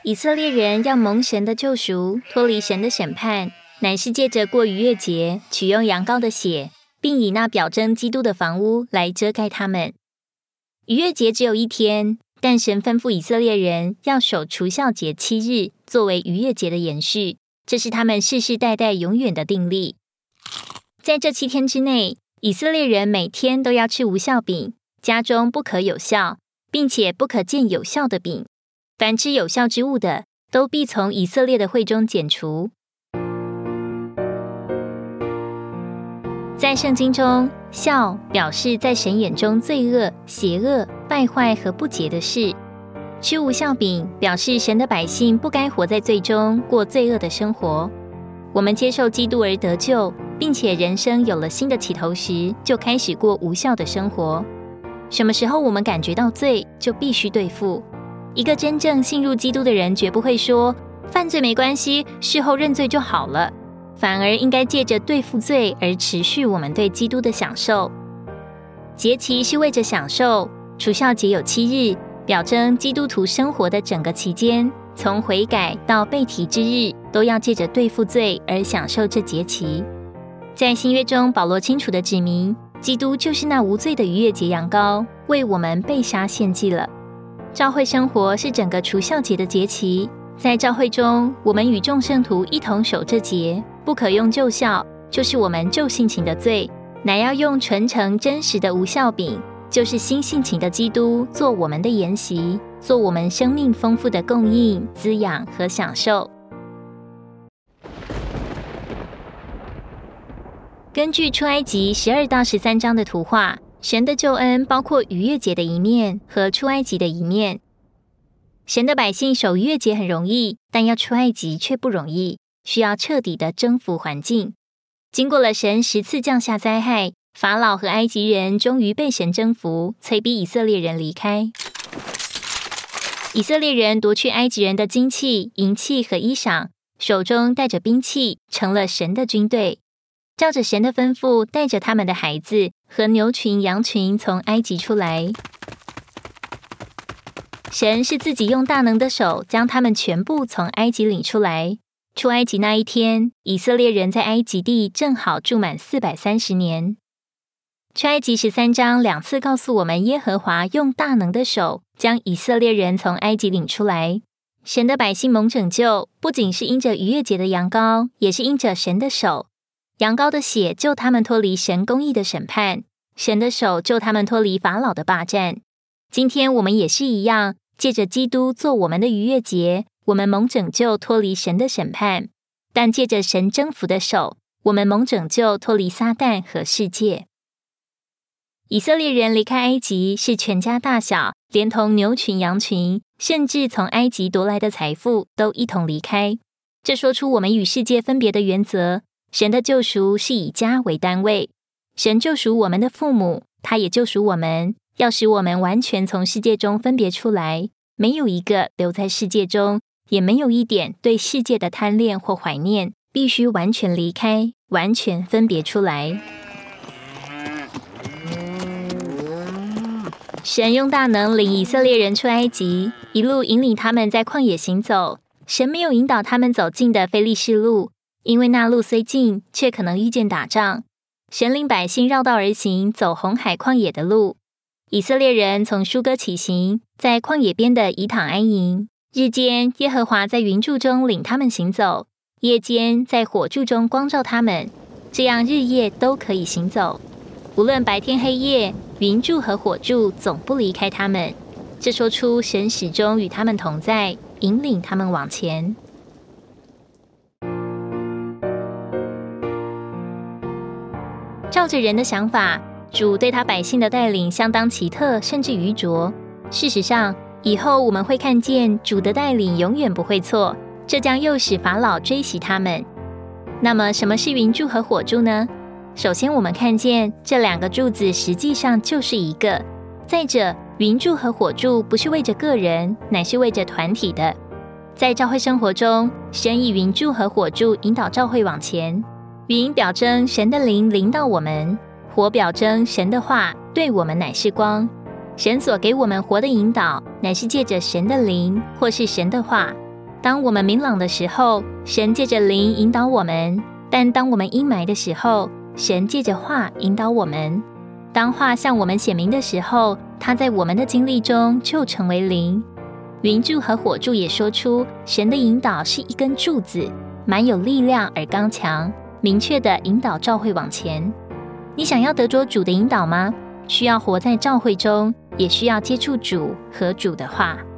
以色列人要蒙神的救赎，脱离神的审判，乃是借着过逾越节，取用羊羔的血，并以那表征基督的房屋来遮盖他们。逾越节只有一天，但神吩咐以色列人要守除酵节7日，作为逾越节的延续，这是他们世世代代永远的定例。在这7天之内，以色列人每天都要吃无酵饼，家中不可有酵，并且不可见有酵的饼。凡吃有酵之物的，都必从以色列的会中剪除。在圣经中，酵表示在神眼中罪恶、邪恶、败坏和不洁的事。吃无酵饼表示神的百姓不该活在罪中，过罪恶的生活。我们接受基督而得救，并且人生有了新的起头时，就开始过无酵的生活。什么时候我们感觉到罪，就必须对付。一个真正信入基督的人，绝不会说犯罪没关系，事后认罪就好了，反而应该借着对付罪而持续我们对基督的享受。节期是为着享受，除酵节有7日，表征基督徒生活的整个期间，从悔改到被提之日，都要借着对付罪而享受这节期。在新约中，保罗清楚地指明，基督就是那无罪的逾越节羊羔，为我们被杀献祭了。教会生活是整个除酵节的节期，在教会中，我们与众圣徒一同守这节，不可用旧酵，就是我们旧性情的罪，乃要用纯诚真实的无酵饼，就是新性情的基督，做我们的筵席，做我们生命丰富的供应、滋养和享受。根据出埃及12到13章的图画，神的救恩包括逾越节的一面和出埃及的一面。神的百姓守逾越节很容易，但要出埃及却不容易，需要彻底的征服环境。经过了神10次降下灾害，法老和埃及人终于被神征服，催逼以色列人离开。以色列人夺去埃及人的金器、银器和衣裳，手中带着兵器，成了神的军队。照着神的吩咐，带着他们的孩子和牛群、羊群从埃及出来。神是自己用大能的手将他们全部从埃及领出来。出埃及那一天，以色列人在埃及地正好住满430年。出埃及13章2次告诉我们，耶和华用大能的手将以色列人从埃及领出来。神的百姓蒙拯救，不仅是因着逾越节的羊羔，也是因着神的手。羊羔的血救他们脱离神公义的审判，神的手救他们脱离法老的霸占。今天我们也是一样，借着基督做我们的逾越节，我们蒙拯救脱离神的审判，但借着神征服的手，我们蒙拯救脱离撒旦和世界。以色列人离开埃及是全家大小，连同牛群羊群，甚至从埃及夺来的财富都一同离开。这说出我们与世界分别的原则。神的救赎是以家为单位，神救赎我们的父母，他也救赎我们，要使我们完全从世界中分别出来，没有一个留在世界中，也没有一点对世界的贪恋或怀念，必须完全离开，完全分别出来。神用大能领以色列人出埃及，一路引领他们在旷野行走。神没有引导他们走近的非利士路，因为那路虽近，却可能遇见打仗。神领百姓绕道而行，走红海旷野的路。以色列人从舒歌起行，在旷野边的以躺安营。日间，耶和华在云柱中领他们行走；夜间，在火柱中光照他们，这样日夜都可以行走。无论白天黑夜，云柱和火柱总不离开他们。这说出神始终与他们同在，引领他们往前。照着人的想法，主对他百姓的带领相当奇特，甚至愚拙。事实上，以后我们会看见主的带领永远不会错，这将诱使法老追袭他们。那么什么是云柱和火柱呢？首先我们看见这2个柱子实际上就是一个。再者，云柱和火柱不是为着个人，乃是为着团体的。在教会生活中，神以云柱和火柱引导教会往前。云表征神的灵临到我们，火表征神的话对我们乃是光。神所给我们活的引导，乃是借着神的灵或是神的话。 当我们明朗的时候，神借着灵引导我们；但当我们阴霾的时候，神借着话引导我们。当话向我们显明的时候，它在我们的经历中就成为灵。云柱和火柱也说出，神的引导是一根柱子，蛮有力量而刚强，明确地引导召会往前。你想要得着主的引导吗？需要活在召会中，也需要接触主和主的话。